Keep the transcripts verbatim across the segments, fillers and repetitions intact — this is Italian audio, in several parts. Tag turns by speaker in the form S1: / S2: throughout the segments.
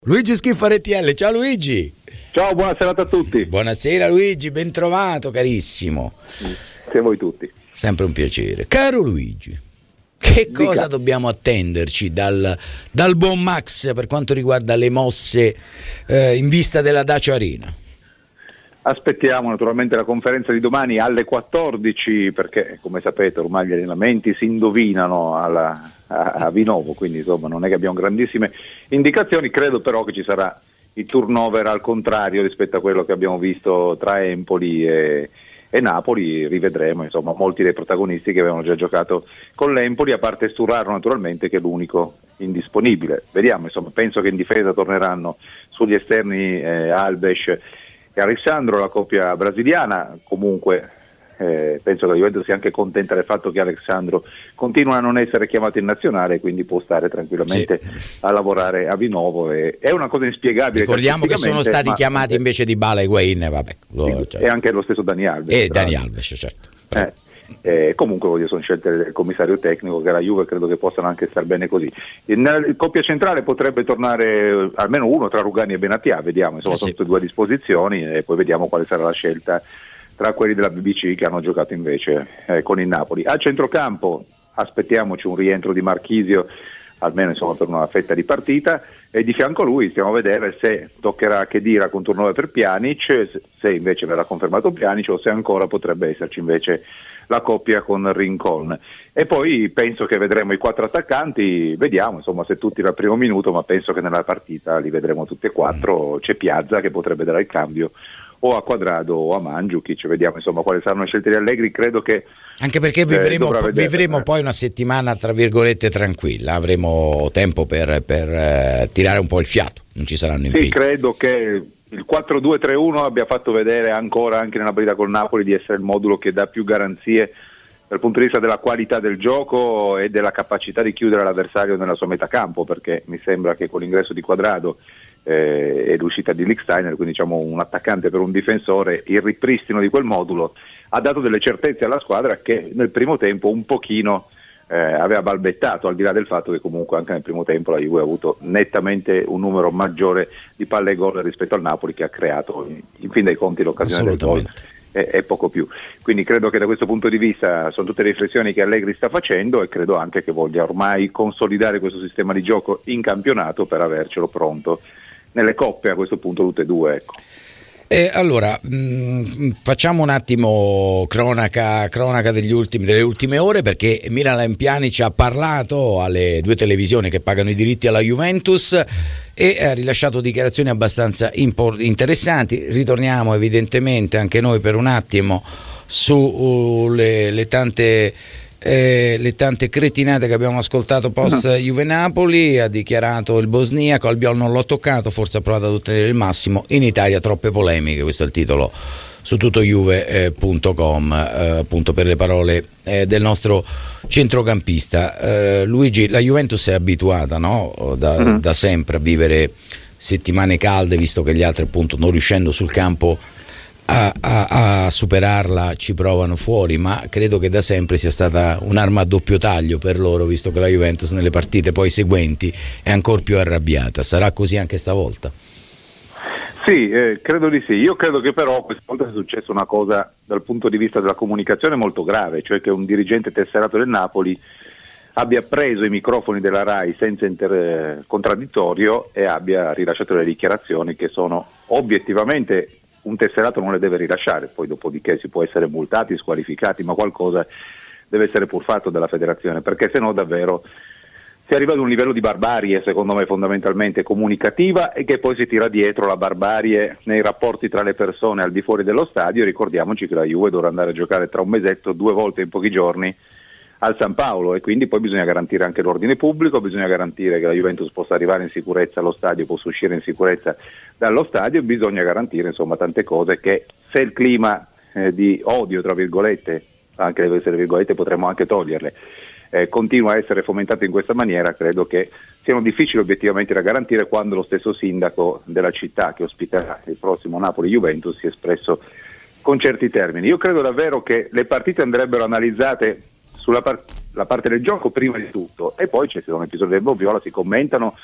S1: Luigi Schifo R T L, ciao Luigi.
S2: Ciao, buona serata a tutti.
S1: Buonasera Luigi, ben trovato carissimo.
S2: Grazie a voi tutti.
S1: Sempre un piacere. Caro Luigi, che
S2: Dica.
S1: cosa dobbiamo attenderci dal, dal buon Max per quanto riguarda le mosse eh, in vista della Dacia Arena?
S2: Aspettiamo naturalmente la conferenza di domani alle quattordici, perché come sapete ormai gli allenamenti si indovinano alla, a, a Vinovo, quindi insomma non è che abbiamo grandissime indicazioni. Credo però che ci sarà il turnover al contrario rispetto a quello che abbiamo visto tra Empoli e, e Napoli. Rivedremo insomma molti dei protagonisti che avevano già giocato con l'Empoli, a parte Sturaro naturalmente, che è l'unico indisponibile. Vediamo, insomma, penso che in difesa torneranno sugli esterni eh, Alves e Alexandro, la coppia brasiliana. Comunque eh, penso che la Juventus sia anche contenta del fatto che Alexandro continua a non essere chiamato in nazionale, quindi può stare tranquillamente sì. a lavorare a Vinovo. E, è una cosa inspiegabile.
S1: Ricordiamo che sono stati ma, chiamati eh, invece di Bala e Higuain, vabbè, lo,
S2: sì,
S1: cioè.
S2: E anche lo stesso Dani Alves.
S1: E Dani Alves, certo.
S2: Eh. Eh, comunque voglio, sono scelte del commissario tecnico, che la Juve credo che possano anche star bene così. Nella coppia centrale potrebbe tornare almeno uno tra Rugani e Benatia, vediamo, insomma, eh sì. sono tutte e due a disposizioni, e poi vediamo quale sarà la scelta tra quelli della B B C che hanno giocato invece eh, con il Napoli. A centrocampo aspettiamoci un rientro di Marchisio, almeno insomma per una fetta di partita, e di fianco a lui stiamo a vedere se toccherà Khedira con turnover per Pjanic, se invece verrà confermato Pjanic, o se ancora potrebbe esserci invece la coppia con Rincon. E poi penso che vedremo i quattro attaccanti, vediamo insomma se tutti dal primo minuto, ma penso che nella partita li vedremo tutti e quattro. C'è Piazza che potrebbe dare il cambio o a Quadrado o a Mandzukic, vediamo insomma quali saranno le scelte di Allegri. Credo che
S1: anche perché vivremo, eh, vedere, vivremo eh. poi una settimana tra virgolette tranquilla, avremo tempo per, per eh, tirare un po' il fiato, non ci saranno impegni.
S2: Sì, credo che il quattro due tre uno abbia fatto vedere ancora anche nella partita col Napoli di essere il modulo che dà più garanzie dal punto di vista della qualità del gioco e della capacità di chiudere l'avversario nella sua metà campo, perché mi sembra che con l'ingresso di Quadrado eh, e l'uscita di Lichtsteiner, quindi diciamo un attaccante per un difensore, il ripristino di quel modulo ha dato delle certezze alla squadra che nel primo tempo un pochino eh, aveva balbettato, al di là del fatto che comunque anche nel primo tempo la Juve ha avuto nettamente un numero maggiore di palle e gol rispetto al Napoli, che ha creato in, in fin dei conti l'occasione del gol e, e poco più. Quindi credo che da questo punto di vista sono tutte riflessioni che Allegri sta facendo, e credo anche che voglia ormai consolidare questo sistema di gioco in campionato per avercelo pronto nelle coppe a questo punto tutte e due, ecco.
S1: Eh, allora mh, facciamo un attimo cronaca, cronaca degli ultimi, delle ultime ore, perché Miralem Pjanic ha parlato alle due televisioni che pagano i diritti alla Juventus e ha rilasciato dichiarazioni abbastanza impor- interessanti. Ritorniamo evidentemente anche noi per un attimo sulle uh, le tante Eh, le tante cretinate che abbiamo ascoltato post Juve Napoli. Ha dichiarato il bosniaco: Albiol non l'ho toccato, forse ha provato ad ottenere il massimo, in Italia troppe polemiche. Questo è il titolo su tutto juve punto com, eh, appunto per le parole eh, del nostro centrocampista. eh, Luigi, la Juventus è abituata, no? da, uh-huh. da sempre a vivere settimane calde, visto che gli altri appunto non riuscendo sul campo A, a, a superarla ci provano fuori, ma credo che da sempre sia stata un'arma a doppio taglio per loro, visto che la Juventus nelle partite poi seguenti è ancora più arrabbiata. Sarà così anche stavolta?
S2: Sì, eh, credo di sì. Io credo che però questa volta sia successa una cosa dal punto di vista della comunicazione molto grave, cioè che un dirigente tesserato del Napoli abbia preso i microfoni della RAI senza inter- contraddittorio e abbia rilasciato le dichiarazioni che sono obiettivamente, un tesserato non le deve rilasciare, poi dopodiché si può essere multati, squalificati, ma qualcosa deve essere pur fatto dalla federazione, perché sennò davvero si arriva ad un livello di barbarie, secondo me fondamentalmente comunicativa, e che poi si tira dietro la barbarie nei rapporti tra le persone al di fuori dello stadio. Ricordiamoci che la Juve dovrà andare a giocare tra un mesetto due volte in pochi giorni al San Paolo, e quindi poi bisogna garantire anche l'ordine pubblico, bisogna garantire che la Juventus possa arrivare in sicurezza allo stadio, possa uscire in sicurezza dallo stadio, bisogna garantire insomma tante cose che, se il clima eh, di odio tra virgolette, anche deve essere virgolette, potremmo anche toglierle, eh, continua a essere fomentato in questa maniera, credo che siano difficili obiettivamente da garantire, quando lo stesso sindaco della città che ospiterà il prossimo Napoli-Juventus si è espresso con certi termini. Io credo davvero che le partite andrebbero analizzate sulla par- la parte del gioco prima di tutto, e poi c'è un episodio del Boviola, si commentano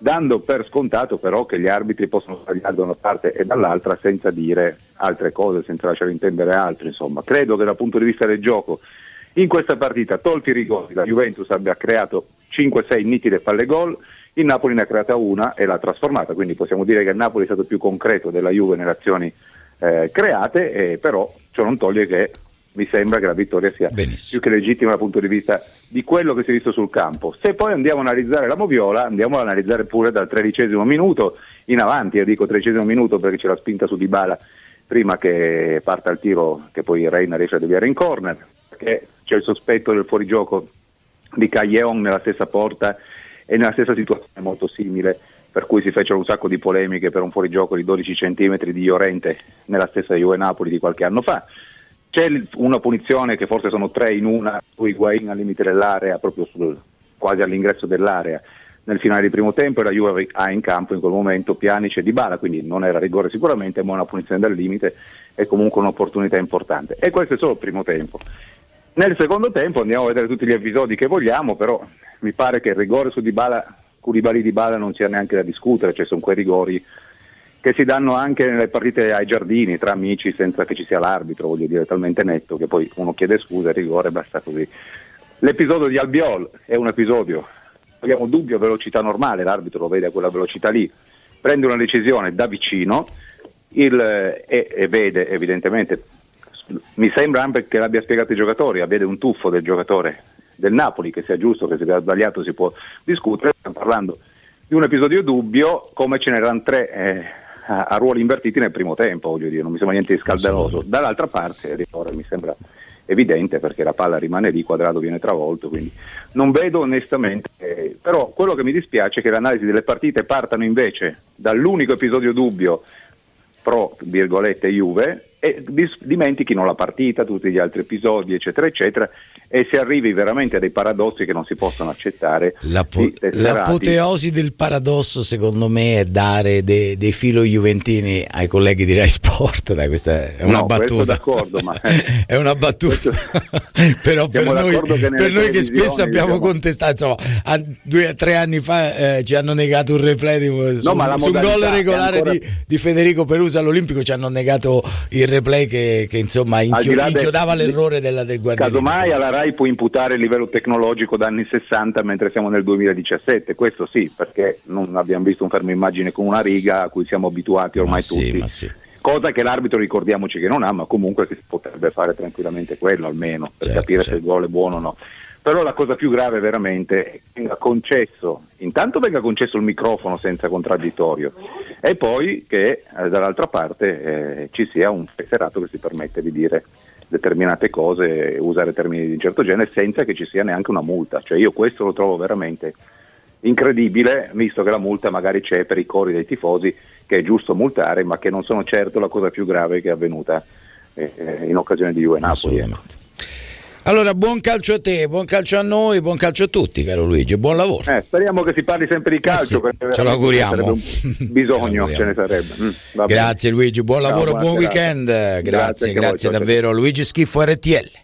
S2: dando per scontato però che gli arbitri possono sbagliare da una parte e dall'altra senza dire altre cose, senza lasciare intendere altro. Insomma, credo che dal punto di vista del gioco in questa partita, tolti i rigori, la Juventus abbia creato cinque sei nitide palle gol, il Napoli ne ha creata una e l'ha trasformata, quindi possiamo dire che il Napoli è stato più concreto della Juve nelle azioni eh, create, e però ciò non toglie che mi sembra che la vittoria sia
S1: benissimo,
S2: più che legittima dal punto di vista di quello che si è visto sul campo. Se poi andiamo a analizzare la moviola, andiamo ad analizzare pure dal tredicesimo minuto in avanti. Io dico tredicesimo minuto perché c'è la spinta su Dybala prima che parta il tiro, che poi Reina riesce a deviare in corner, perché c'è il sospetto del fuorigioco di Callejon nella stessa porta e nella stessa situazione molto simile, per cui si fecero un sacco di polemiche per un fuorigioco di dodici centimetri di Llorente nella stessa Juve Napoli di qualche anno fa. C'è una punizione che forse sono tre in una su Higuain al limite dell'area, proprio sul, quasi all'ingresso dell'area nel finale di primo tempo, e la Juve ha in campo in quel momento Pjanic e Dybala, quindi non era rigore sicuramente, ma una punizione dal limite è comunque un'opportunità importante. E questo è solo il primo tempo. Nel secondo tempo andiamo a vedere tutti gli episodi che vogliamo, però mi pare che il rigore su Dybala, Koulibaly Dybala, non sia neanche da discutere, cioè sono quei rigori che si danno anche nelle partite ai giardini tra amici senza che ci sia l'arbitro, voglio dire, talmente netto che poi uno chiede scusa, il rigore, basta così. L'episodio di Albiol è un episodio, abbiamo dubbio velocità normale, l'arbitro lo vede a quella velocità lì, prende una decisione da vicino il, e, e vede evidentemente, mi sembra anche che l'abbia spiegato ai giocatori, vede un tuffo del giocatore del Napoli, che sia giusto, che sia sbagliato si può discutere, stiamo parlando di un episodio dubbio come ce n'erano tre eh, a, a ruoli invertiti nel primo tempo, voglio dire, non mi sembra niente di scandaloso. Dall'altra parte il rigore mi sembra evidente perché la palla rimane lì, Quadrado viene travolto, quindi non vedo onestamente, eh, però quello che mi dispiace è che le analisi delle partite partano invece dall'unico episodio dubbio pro virgolette Juve e dis- dimentichino la partita, tutti gli altri episodi eccetera eccetera, e si arrivi veramente a dei paradossi che non si possono accettare.
S1: L'apo- l'apoteosi del paradosso secondo me è dare de- dei filo juventini ai colleghi di Rai Sport. Dai, questa è una
S2: no,
S1: battuta,
S2: d'accordo, ma
S1: è una battuta però per noi, che, per noi che spesso abbiamo diciamo... contestato, insomma, a due o tre anni fa eh, ci hanno negato un replay di, su,
S2: no,
S1: su un gol regolare
S2: ancora...
S1: di, di Federico Perusa all'Olimpico, ci hanno negato il replay che, che insomma inchio- inchiodava del, l'errore della, del guardiano.
S2: Casomai alla Rai può imputare il livello tecnologico da anni sessanta mentre siamo nel duemiladiciassette, questo sì, perché non abbiamo visto un fermo immagine con una riga a cui siamo abituati ormai
S1: ma
S2: tutti,
S1: sì, ma sì.
S2: Cosa che l'arbitro ricordiamoci che non ha, ma comunque si potrebbe fare tranquillamente quello almeno per certo, capire certo. se il gol è buono o no. Però la cosa più grave veramente è che venga concesso, intanto venga concesso il microfono senza contraddittorio e poi che eh, dall'altra parte eh, ci sia un tesserato che si permette di dire determinate cose, usare termini di un certo genere senza che ci sia neanche una multa. Cioè io questo lo trovo veramente incredibile, visto che la multa magari c'è per i cori dei tifosi, che è giusto multare, ma che non sono certo la cosa più grave che è avvenuta eh, in occasione di Juve Napoli.
S1: Allora, buon calcio a te, buon calcio a noi, buon calcio a tutti, caro Luigi, buon lavoro.
S2: Eh, speriamo che si parli sempre di calcio,
S1: eh sì, ce lo auguriamo.
S2: Bisogno ce, ce ne sarebbe. Mm,
S1: grazie Luigi, buon lavoro, Ciao, buon weekend. Grazie, grazie, grazie davvero. Luigi Schiffo R T L.